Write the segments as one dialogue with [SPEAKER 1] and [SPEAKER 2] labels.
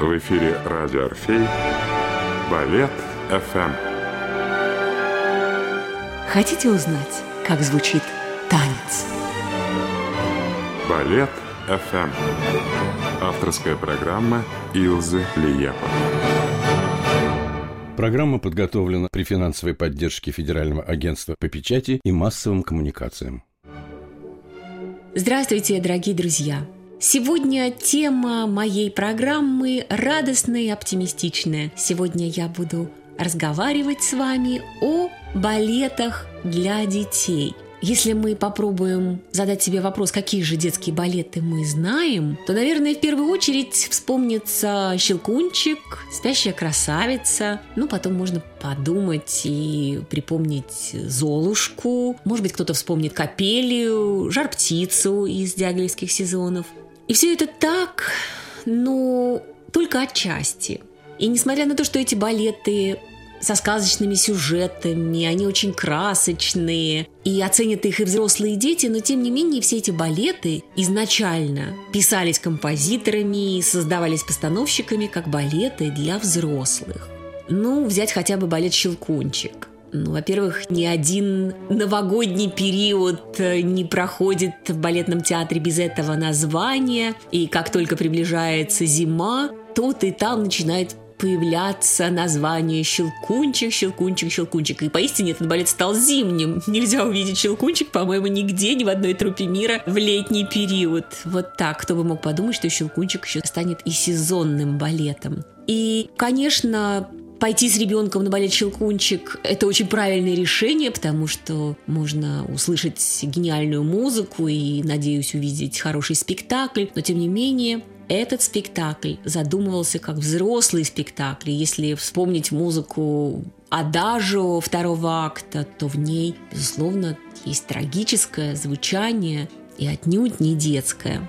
[SPEAKER 1] В эфире радио «Орфей», Балет ФМ.
[SPEAKER 2] Хотите узнать, как звучит танец?
[SPEAKER 1] Балет ФМ. Авторская программа Илзы Лиепа.
[SPEAKER 3] Программа подготовлена при финансовой поддержке Федерального агентства по печати и массовым коммуникациям.
[SPEAKER 2] Здравствуйте, дорогие друзья! Сегодня тема моей программы радостная и оптимистичная. Сегодня я буду разговаривать с вами о балетах для детей. Если мы попробуем задать себе вопрос, какие же детские балеты мы знаем, то, наверное, в первую очередь вспомнится «Щелкунчик», «Спящая красавица». Потом можно подумать и припомнить «Золушку». Может быть, кто-то вспомнит «Копелию», «Жар-птицу» из дягилевских сезонов. И все это так, но только отчасти. И несмотря на то, что эти балеты со сказочными сюжетами, они очень красочные, и оценят их и взрослые дети, но тем не менее все эти балеты изначально писались композиторами и создавались постановщиками как балеты для взрослых. Взять хотя бы балет «Щелкунчик». Во-первых, ни один новогодний период не проходит в балетном театре без этого названия, и как только приближается зима, тут и там начинает появляться название «Щелкунчик», «Щелкунчик», «Щелкунчик». И поистине этот балет стал зимним. Нельзя увидеть «Щелкунчик», по-моему, нигде, ни в одной труппе мира в летний период. Вот так. Кто бы мог подумать, что «Щелкунчик» еще станет и сезонным балетом. И, конечно, пойти с ребенком на балет «Щелкунчик» – это очень правильное решение, потому что можно услышать гениальную музыку и, надеюсь, увидеть хороший спектакль. Но, тем не менее, этот спектакль задумывался как взрослый спектакль. Если вспомнить музыку «Адажио» второго акта, то в ней, безусловно, есть трагическое звучание и отнюдь не детское.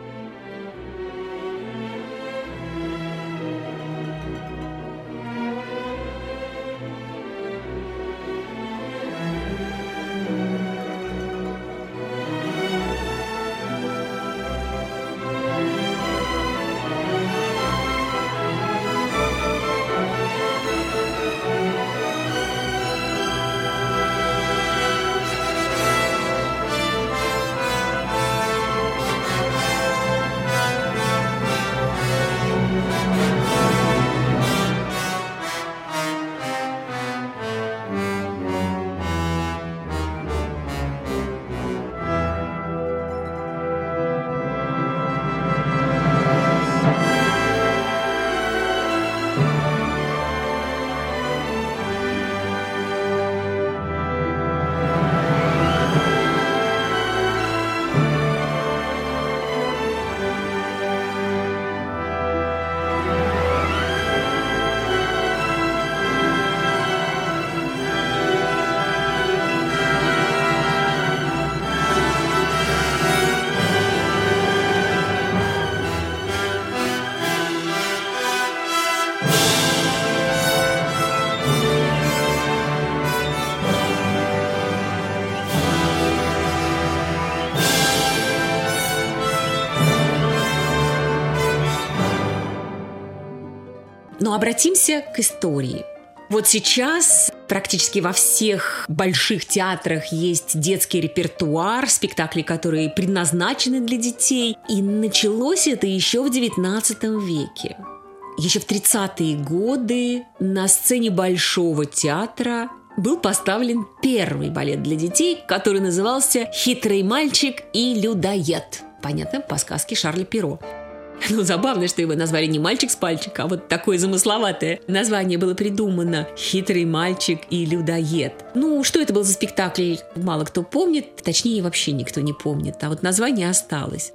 [SPEAKER 2] Но обратимся к истории. Вот сейчас практически во всех больших театрах есть детский репертуар, спектакли, которые предназначены для детей. И началось это еще в XIX веке. Еще в 30-е годы на сцене Большого театра был поставлен первый балет для детей, который назывался «Хитрый мальчик и людоед». Понятно, по сказке Шарля Перро. Забавно, что его назвали не «Мальчик с пальчика», а вот такое замысловатое название было придумано «Хитрый мальчик и людоед». Что это был за спектакль, мало кто помнит, точнее, вообще никто не помнит, а вот название осталось.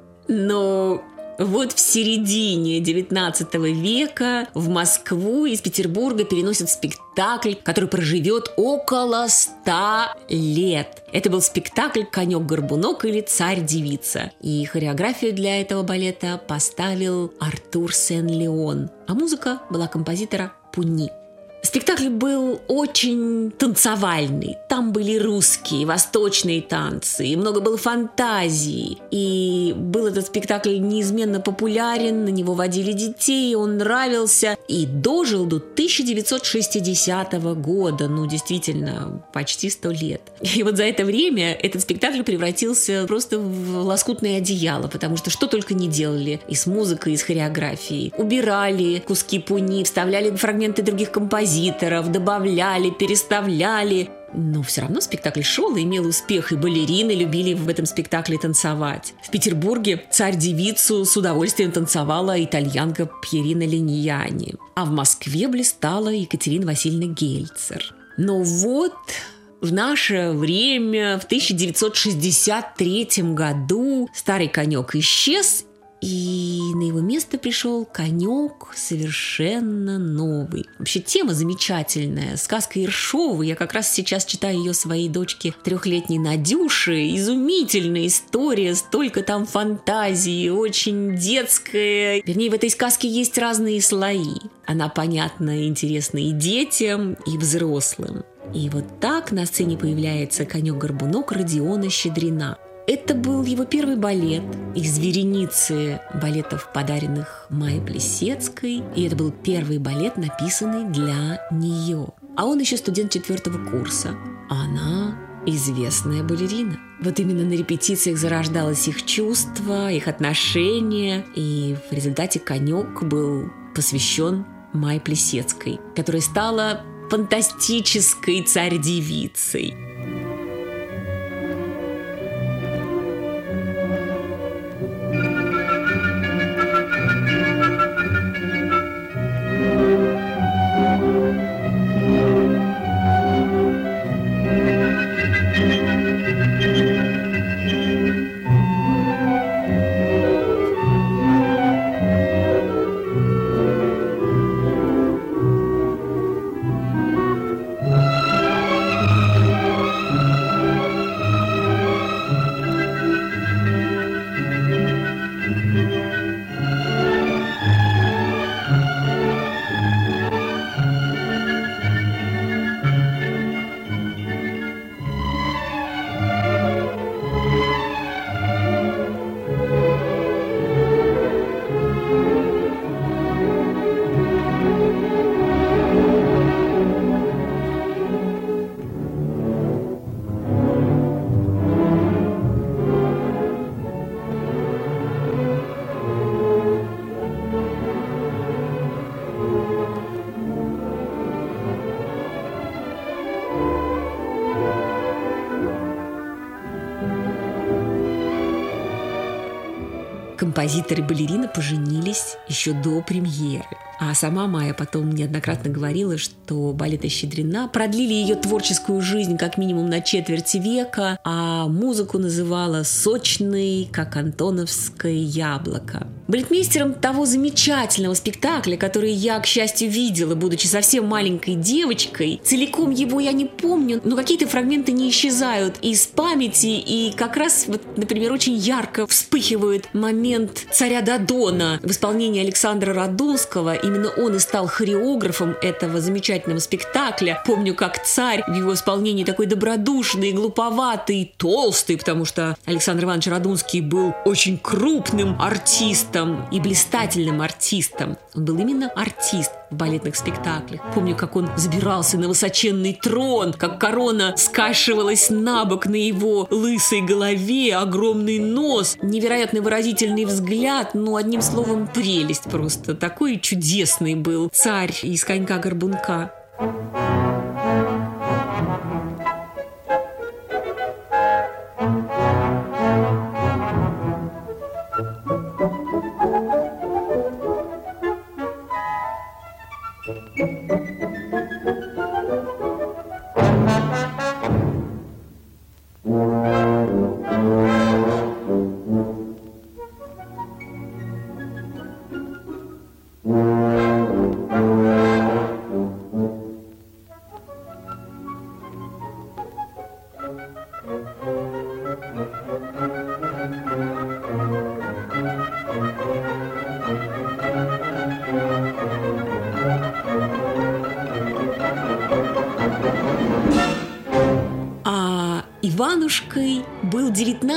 [SPEAKER 2] Но вот в середине XIX века в Москву из Петербурга переносят спектакль, который проживет около 100 лет. Это был спектакль «Конек-горбунок» или «Царь-девица». И хореографию для этого балета поставил Артур Сен-Леон, а музыка была композитора Пуни. Спектакль был очень танцевальный. Там были русские, восточные танцы, и много было фантазии. И был этот спектакль неизменно популярен, на него водили детей, он нравился. И дожил до 1960 года, действительно, почти 100 лет. И вот за это время этот спектакль превратился просто в лоскутное одеяло, потому что только не делали и с музыкой, и с хореографией. Убирали куски пуни, вставляли фрагменты других композиторов, добавляли, переставляли. Но все равно спектакль шел и имел успех, и балерины любили в этом спектакле танцевать. В Петербурге «Царь-девицу» с удовольствием танцевала итальянка Пьерина Линьяни, а в Москве блистала Екатерина Васильевна Гельцер. Но вот в наше время, в 1963 году, старый конек исчез, и на его место пришел конек совершенно новый. Вообще тема замечательная. Сказка Ершова. Я как раз сейчас читаю ее своей дочке 3-летней Надюше. Изумительная история, столько там фантазии, очень детская. Вернее, в этой сказке есть разные слои. Она понятна и интересна и детям, и взрослым. И вот так на сцене появляется конек-горбунок Родиона Щедрина. Это был его первый балет из вереницы балетов, подаренных Майе Плисецкой. И это был первый балет, написанный для нее. А он еще студент 4-го курса. А она известная балерина. Вот именно на репетициях зарождалось их чувство, их отношения. И в результате конек был посвящен Майе Плисецкой, которая стала фантастической царь-девицей. Композитор и балерина поженились еще до премьеры. А сама Майя потом неоднократно говорила, что балеты Щедрина продлили ее творческую жизнь как минимум на четверть века, а музыку называла сочной, как антоновское яблоко. Балетмейстером того замечательного спектакля, который я, к счастью, видела, будучи совсем маленькой девочкой, целиком его я не помню, но какие-то фрагменты не исчезают из памяти, и как раз, например, очень ярко вспыхивает момент «Царя Додона» в исполнении Александра Радунского. Именно он и стал хореографом этого замечательного спектакля. Помню, как царь в его исполнении такой добродушный, глуповатый, толстый, потому что Александр Иванович Радунский был очень крупным артистом и блистательным артистом. Он был именно артист в балетных спектаклях. Помню, как он забирался на высоченный трон, как корона скашивалась на бок на его лысой голове, огромный нос, невероятно выразительный взгляд, одним словом, прелесть просто. Такой чудесный был царь из конька-горбунка. Иванушкой был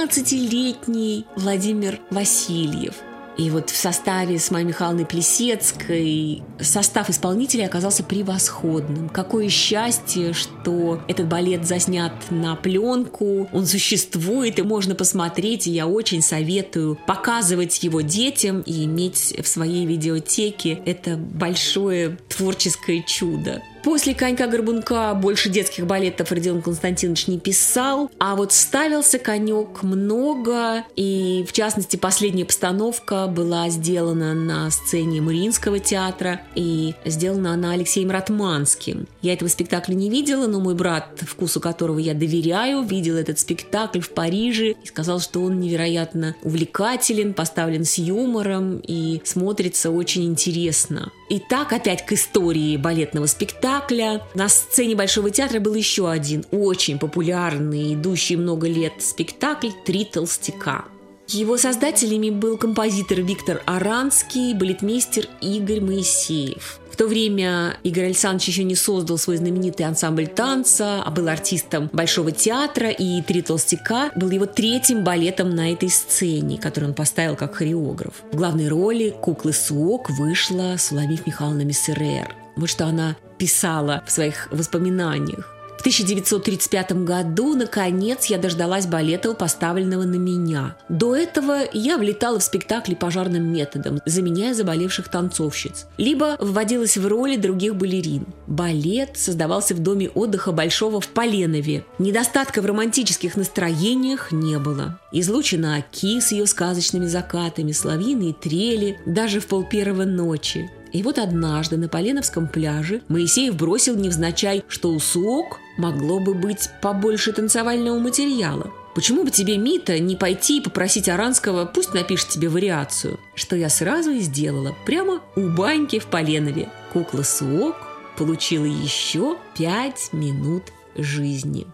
[SPEAKER 2] 19-летний Владимир Васильев. И вот в составе с Майей Михайловной Плесецкой состав исполнителей оказался превосходным. Какое счастье, что этот балет заснят на пленку, он существует и можно посмотреть, и я очень советую показывать его детям и иметь в своей видеотеке это большое творческое чудо. После «Конька-горбунка» больше детских балетов Родион Константинович не писал, а вот ставился конек много, и в частности последняя постановка была сделана на сцене Мариинского театра, и сделана она Алексеем Ратманским. Я этого спектакля не видела, но мой брат, вкусу которого я доверяю, видел этот спектакль в Париже и сказал, что он невероятно увлекателен, поставлен с юмором и смотрится очень интересно. Итак, опять к истории балетного спектакля. На сцене Большого театра был еще один очень популярный, идущий много лет спектакль «Три толстяка». Его создателями был композитор Виктор Аранский, балетмейстер Игорь Моисеев. В то время Игорь Александрович еще не создал свой знаменитый ансамбль танца, а был артистом Большого театра, и «Три толстяка» был его третьим балетом на этой сцене, который он поставил как хореограф. В главной роли куклы Суок вышла Суламиф Михайловна Мессерер. Вот что она писала в своих воспоминаниях. В 1935 году, наконец, я дождалась балета, поставленного на меня. До этого я влетала в спектакли пожарным методом, заменяя заболевших танцовщиц, либо вводилась в роли других балерин. Балет создавался в доме отдыха Большого в Поленове. Недостатка в романтических настроениях не было. Излучина Оки с ее сказочными закатами, соловьиные трели, даже в 1:30 ночи. И вот однажды на Поленовском пляже Моисеев бросил невзначай, что у Суок могло бы быть побольше танцевального материала. Почему бы тебе, Мита, не пойти и попросить Аранского, пусть напишет тебе вариацию? Что я сразу и сделала, прямо у баньки в Поленове. Кукла Суок получила еще 5 минут жизни.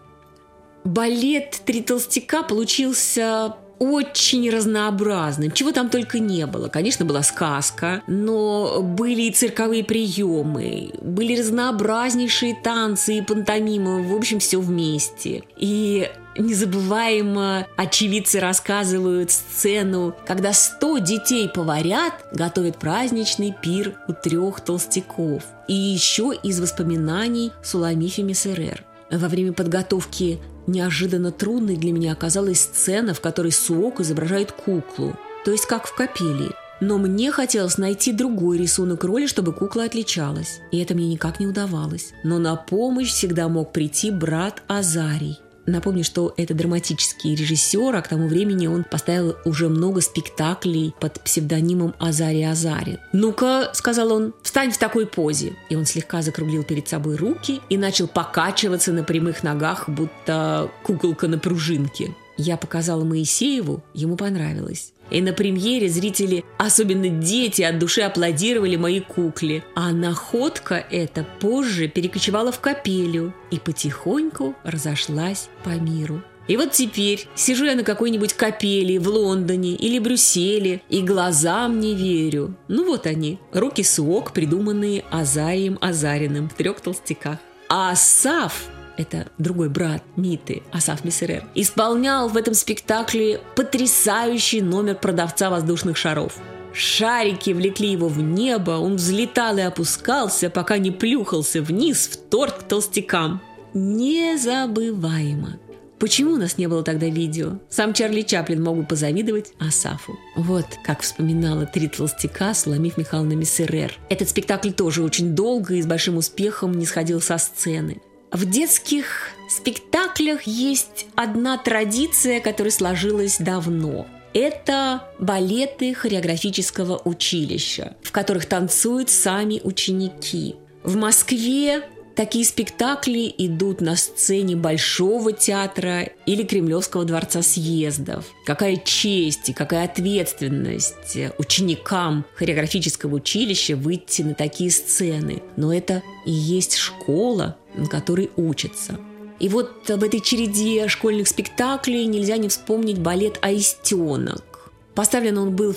[SPEAKER 2] Балет «Три толстяка» получился очень разнообразным. Чего там только не было. Конечно, была сказка, но были и цирковые приемы, были разнообразнейшие танцы и пантомимы, в общем, все вместе. И незабываемо очевидцы рассказывают сцену, когда 100 детей-поварят готовят праздничный пир у 3 толстяков. И еще из воспоминаний Суламифи Мессерер. Во время подготовки неожиданно трудной для меня оказалась сцена, в которой Суок изображает куклу, то есть как в капелии. Но мне хотелось найти другой рисунок роли, чтобы кукла отличалась, и это мне никак не удавалось. Но на помощь всегда мог прийти брат Азарий. Напомню, что это драматический режиссер, а к тому времени он поставил уже много спектаклей под псевдонимом Азарий Азарин. «Ну-ка», — сказал он, — «встань в такой позе». И он слегка закруглил перед собой руки и начал покачиваться на прямых ногах, будто куколка на пружинке. Я показала Моисееву, ему понравилось. И на премьере зрители, особенно дети, от души аплодировали моей кукле. А находка эта позже перекочевала в капелью и потихоньку разошлась по миру. И вот теперь сижу я на какой-нибудь капели в Лондоне или Брюсселе и глазам не верю. Ну вот они, руки Суок, придуманные Азарием Азариным в 3 толстяках. А Асаф, это другой брат Миты, Асаф Мессерер, исполнял в этом спектакле потрясающий номер продавца воздушных шаров. Шарики влекли его в небо, он взлетал и опускался, пока не плюхался вниз в торт к толстякам. Незабываемо. Почему у нас не было тогда видео? Сам Чарли Чаплин мог бы позавидовать Асафу. Вот как вспоминала «Три толстяка» Суламиф Михайловна Мессерер. Этот спектакль тоже очень долго и с большим успехом не сходил со сцены. В детских спектаклях есть одна традиция, которая сложилась давно. Это балеты хореографического училища, в которых танцуют сами ученики. В Москве такие спектакли идут на сцене Большого театра или Кремлевского дворца съездов. Какая честь и какая ответственность ученикам хореографического училища выйти на такие сцены. Но это и есть школа, на которой учатся. И вот в этой череде школьных спектаклей нельзя не вспомнить балет «Аистенок». Поставлен он был в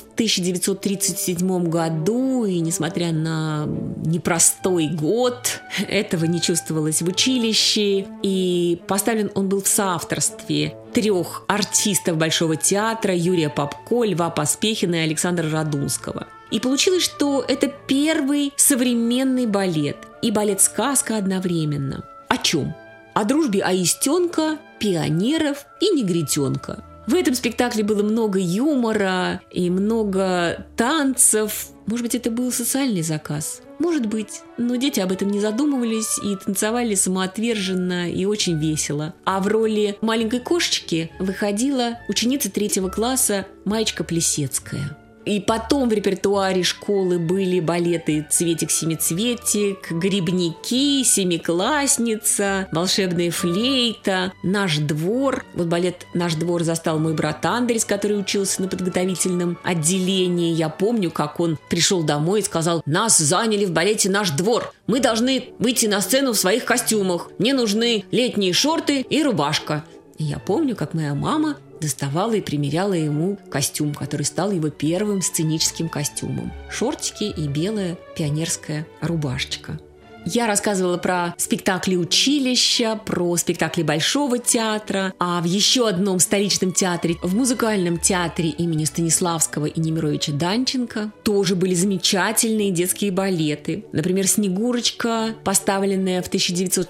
[SPEAKER 2] 1937 году, и несмотря на непростой год, этого не чувствовалось в училище. И поставлен он был в соавторстве 3 артистов Большого театра: Юрия Попко, Льва Поспехина и Александра Радунского. И получилось, что это первый современный балет и балет-сказка одновременно. О чем? О дружбе Аистенка, пионеров и негритенка. В этом спектакле было много юмора и много танцев. Может быть, это был социальный заказ? Может быть, но дети об этом не задумывались и танцевали самоотверженно и очень весело. А в роли маленькой кошечки выходила ученица 3 класса Маечка Плесецкая. И потом в репертуаре школы были балеты «Цветик-семицветик», «Грибники», «Семиклассница», «Волшебная флейта», «Наш двор». Вот балет «Наш двор» застал мой брат Андрей, который учился на подготовительном отделении. Я помню, как он пришел домой и сказал: «Нас заняли в балете «Наш двор». Мы должны выйти на сцену в своих костюмах. Мне нужны летние шорты и рубашка». И я помню, как моя мама доставала и примеряла ему костюм, который стал его первым сценическим костюмом. Шортики и белая пионерская рубашечка. Я рассказывала про спектакли училища, про спектакли Большого театра, а в еще одном столичном театре, в музыкальном театре имени Станиславского и Немировича Данченко, тоже были замечательные детские балеты. Например, «Снегурочка», поставленная в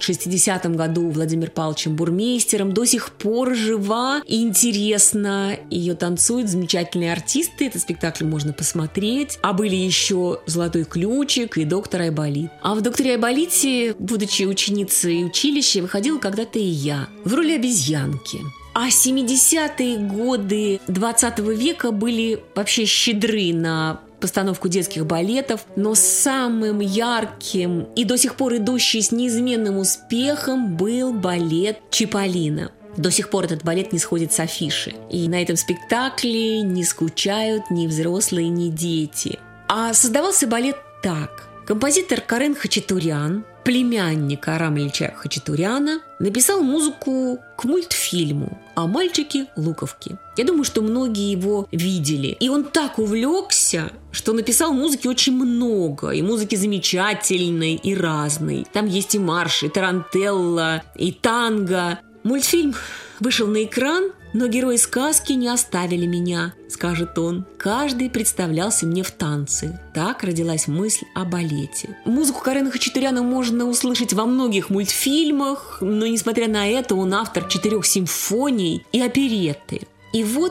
[SPEAKER 2] 1960 году Владимиром Павловичем Бурмейстером, до сих пор жива и интересна. Ее танцуют замечательные артисты, этот спектакль можно посмотреть. А были еще «Золотой ключик» и «Доктор Айболит». А в «Докторе Айболите», будучи ученицей училища, выходила когда-то и я в роли обезьянки. А 70-е годы 20 века были вообще щедры на постановку детских балетов, но самым ярким и до сих пор идущий с неизменным успехом был балет «Чиполлино». До сих пор этот балет не сходит с афиши. И на этом спектакле не скучают ни взрослые, ни дети. А создавался балет так. Композитор Карен Хачатурян, племянник Арама Ильича Хачатуряна, написал музыку к мультфильму о мальчике Луковке. Я думаю, что многие его видели. И он так увлекся, что написал музыки очень много. И музыки замечательной, и разной. Там есть и марш, и тарантелла, и танго. Мультфильм вышел на экран, но герои сказки не оставили меня, скажет он. Каждый представлялся мне в танце. Так родилась мысль о балете. Музыку Карена Хачатуряна можно услышать во многих мультфильмах, но, несмотря на это, он автор 4 симфоний и оперетты. И вот,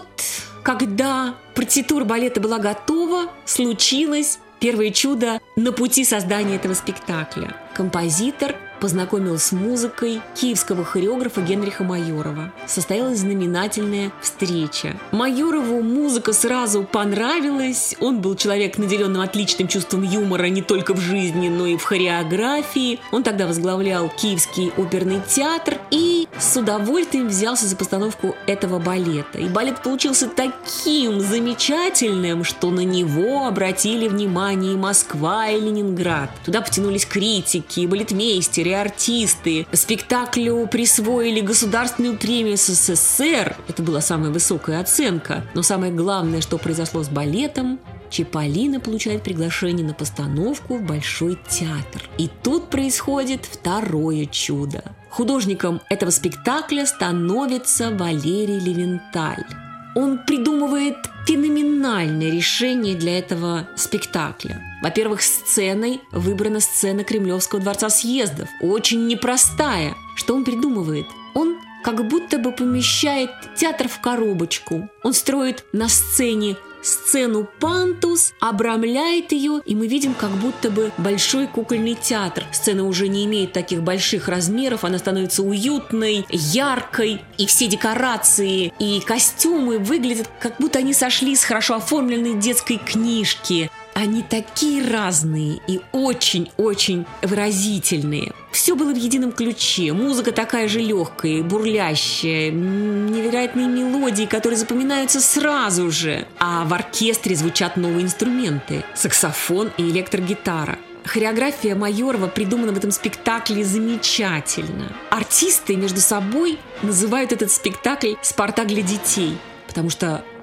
[SPEAKER 2] когда партитура балета была готова, случилось первое чудо на пути создания этого спектакля. Композитор познакомил с музыкой киевского хореографа Генриха Майорова. Состоялась знаменательная встреча. Майорову музыка сразу понравилась. Он был человек, наделенным отличным чувством юмора не только в жизни, но и в хореографии. Он тогда возглавлял Киевский оперный театр и с удовольствием взялся за постановку этого балета. И балет получился таким замечательным, что на него обратили внимание и Москва, и Ленинград. Туда потянулись критики, и балетмейстеры, и артисты. Спектаклю присвоили государственную премию СССР. Это была самая высокая оценка. Но самое главное, что произошло с балетом, Чиполлино получает приглашение на постановку в Большой театр. И тут происходит второе чудо. Художником этого спектакля становится Валерий Левенталь. Он придумывает феноменальное решение для этого спектакля. Во-первых, сценой выбрана сцена Кремлевского дворца съездов. Очень непростая. Что он придумывает? Он как будто бы помещает театр в коробочку. Он строит на сцене сцену пантус, обрамляет ее, и мы видим как будто бы большой кукольный театр. Сцена уже не имеет таких больших размеров, она становится уютной, яркой, и все декорации и костюмы выглядят, как будто они сошли с хорошо оформленной детской книжки. Они такие разные и очень-очень выразительные. Все было в едином ключе. Музыка такая же легкая, бурлящая, невероятные мелодии, которые запоминаются сразу же. А в оркестре звучат новые инструменты – саксофон и электрогитара. Хореография Майорова придумана в этом спектакле замечательно. Артисты между собой называют этот спектакль «Спартак для детей», потому что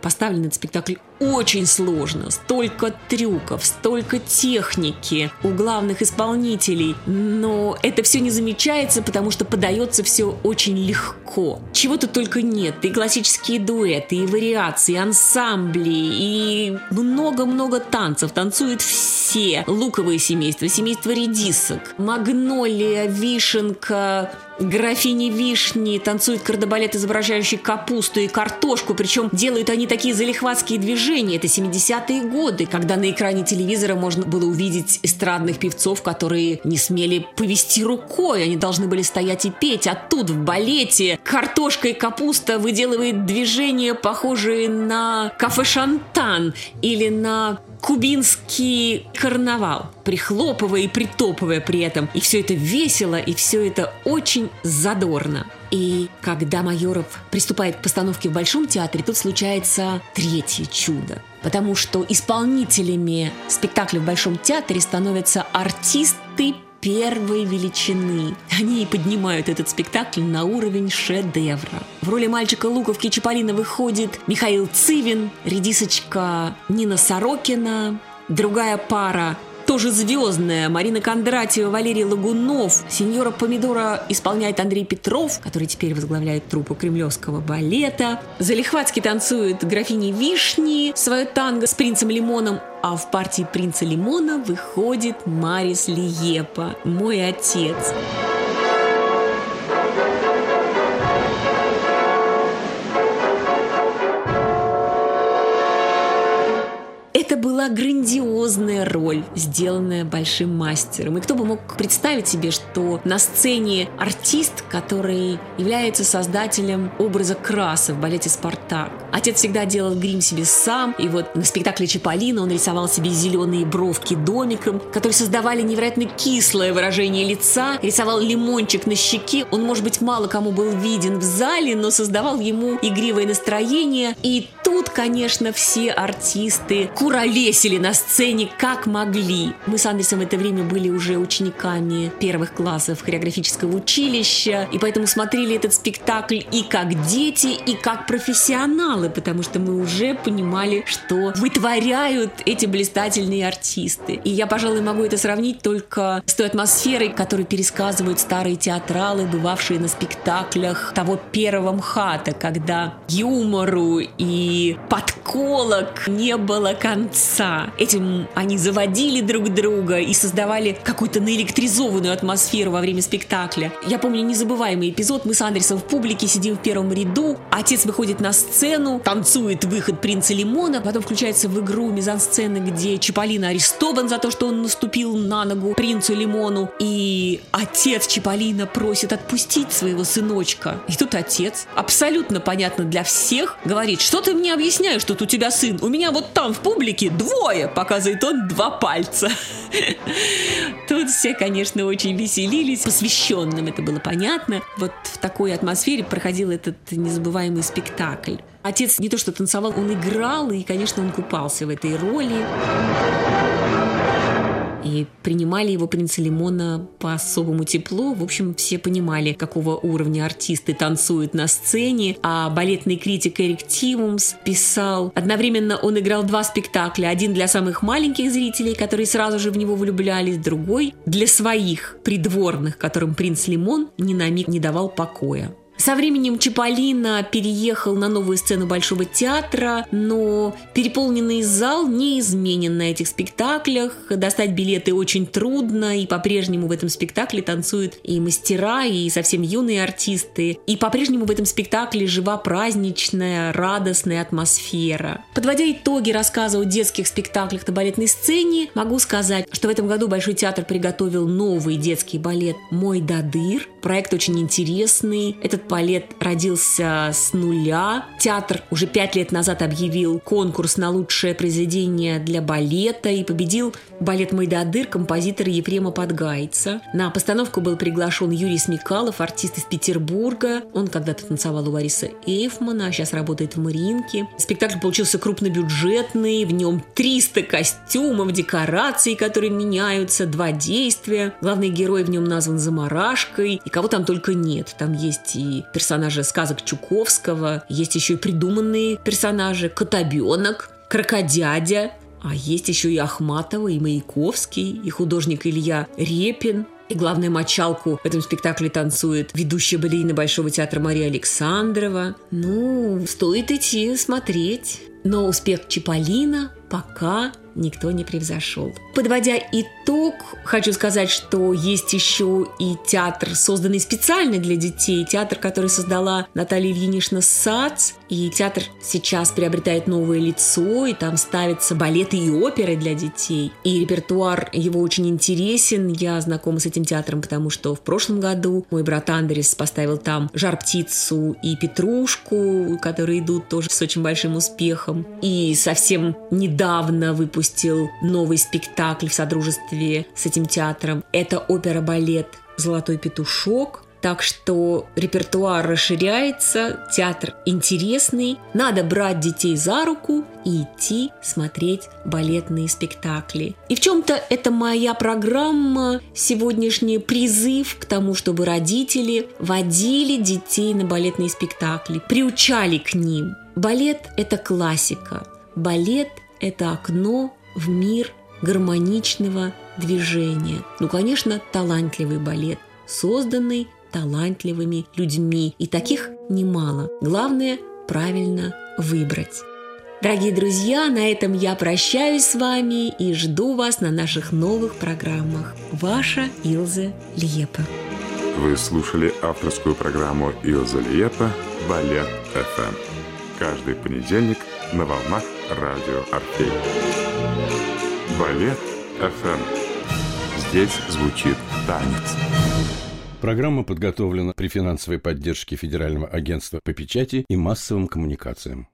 [SPEAKER 2] поставлен этот спектакль очень сложно. Столько трюков, столько техники у главных исполнителей. Но это все не замечается, потому что подается все очень легко. Чего-то только нет. И классические дуэты, и вариации, и ансамбли, и много-много танцев. Танцуют все. Луковое семейство, семейство редисок, магнолия, вишенка, графини вишни, танцует кардебалет, изображающий капусту и картошку, причем делают они такие залихватские движения. Это 70-е годы, когда на экране телевизора можно было увидеть эстрадных певцов, которые не смели повести рукой, они должны были стоять и петь, а тут в балете картошка и капуста выделывает движения, похожие на кафе «Шантан» или на кубинский карнавал, прихлопывая и притопывая при этом. И все это весело, и все это очень задорно. И когда Майоров приступает к постановке в Большом театре, тут случается третье чудо. Потому что исполнителями спектакля в Большом театре становятся артисты первой величины. Они поднимают этот спектакль на уровень шедевра. В роли мальчика Луковки Чиполлино выходит Михаил Цивин, редисочка Нина Сорокина, другая пара тоже звездная, Марина Кондратьева, Валерий Лагунов. Сеньора Помидора исполняет Андрей Петров, который теперь возглавляет труппу Кремлевского балета. Залихватски танцует графини Вишни свое танго с принцем Лимоном, а в партии принца Лимона выходит Марис Лиепа, мой отец. Это была грандиозная роль, сделанная большим мастером. И кто бы мог представить себе, что на сцене артист, который является создателем образа Краса в балете «Спартак». Отец всегда делал грим себе сам, и вот на спектакле «Чиполлино» он рисовал себе зеленые бровки домиком, которые создавали невероятно кислое выражение лица, рисовал лимончик на щеке. Он, может быть, мало кому был виден в зале, но создавал ему игривое настроение. И тут, конечно, все артисты куролесили на сцене как могли. Мы с Андресом в это время были уже учениками первых классов хореографического училища, и поэтому смотрели этот спектакль и как дети, и как профессионалы, потому что мы уже понимали, что вытворяют эти блистательные артисты. И я, пожалуй, могу это сравнить только с той атмосферой, которую пересказывают старые театралы, бывавшие на спектаклях того первого МХАТа, когда юмору и подколок не было конца. Этим они заводили друг друга и создавали какую-то наэлектризованную атмосферу во время спектакля. Я помню незабываемый эпизод. Мы с Андресом в публике сидим в первом ряду. Отец выходит на сцену, танцует выход принца Лимона, потом включается в игру мизансцены, где Чиполлино арестован за то, что он наступил на ногу принцу Лимону. И отец Чиполлино просит отпустить своего сыночка. И тут отец, абсолютно понятно для всех, говорит: что ты мне объясняешь, что тут у тебя сын? У меня вот там в публике двое, показывает он 2 пальца. Тут все, конечно, очень веселились. Посвященным это было понятно. Вот в такой атмосфере проходил этот незабываемый спектакль. Отец не то что танцевал, он играл, и, конечно, он купался в этой роли. И принимали его принца Лимона по-особому тепло. В общем, все понимали, какого уровня артисты танцуют на сцене. А балетный критик Эрик Тимумс писал: одновременно он играл 2 спектакля. Один для самых маленьких зрителей, которые сразу же в него влюблялись, другой для своих придворных, которым принц Лимон ни на миг не давал покоя. Со временем Чиполлино переехал на новую сцену Большого театра, но переполненный зал не изменен на этих спектаклях. Достать билеты очень трудно, и по-прежнему в этом спектакле танцуют и мастера, и совсем юные артисты. И по-прежнему в этом спектакле жива праздничная, радостная атмосфера. Подводя итоги рассказа о детских спектаклях на балетной сцене, могу сказать, что в этом году Большой театр приготовил новый детский балет «Мой Дадыр». Проект очень интересный. Этот балет родился с нуля. Театр уже 5 лет назад объявил конкурс на лучшее произведение для балета, и победил балет «Мой Дадыр» композитора Ефрема Подгайца. На постановку был приглашен Юрий Смекалов, артист из Петербурга. Он когда-то танцевал у Бориса Эйфмана, а сейчас работает в Мариинке. Спектакль получился крупнобюджетный, в нем 300 костюмов, декораций, которые меняются, 2 действия. Главный герой в нем назван Замарашкой, и кого там только нет. Там есть и и персонажи сказок Чуковского, есть еще и придуманные персонажи: Котобенок, Крокодядя, а есть еще и Ахматова, и Маяковский, и художник Илья Репин. И главную мочалку в этом спектакле танцует ведущая балерина Большого театра Мария Александрова. Стоит идти смотреть. Но успех Чиполлино пока никто не превзошел. Подводя итог, хочу сказать, что есть еще и театр, созданный специально для детей, театр, который создала Наталья Ильинична Сац, и театр сейчас приобретает новое лицо, и там ставятся балеты и оперы для детей, и репертуар его очень интересен. Я знакома с этим театром, потому что в прошлом году мой брат Андрес поставил там «Жар-птицу» и «Петрушку», которые идут тоже с очень большим успехом, и совсем недавно выпустил новый спектакль в содружестве с этим театром. Это опера-балет «Золотой петушок». Так что репертуар расширяется, театр интересный. Надо брать детей за руку и идти смотреть балетные спектакли. И в чем-то это моя программа, сегодняшний призыв к тому, чтобы родители водили детей на балетные спектакли, приучали к ним. Балет – это классика. Балет – это окно в мир гармоничного движения. Конечно, талантливый балет, созданный талантливыми людьми. И таких немало. Главное – правильно выбрать. Дорогие друзья, на этом я прощаюсь с вами и жду вас на наших новых программах. Ваша Илза Лиепа.
[SPEAKER 1] Вы слушали авторскую программу Илза Лиепа «Балет ФМ». Каждый понедельник на волнах радио Орфей. Балет ФМ. Здесь звучит танец.
[SPEAKER 3] Программа подготовлена при финансовой поддержке Федерального агентства по печати и массовым коммуникациям.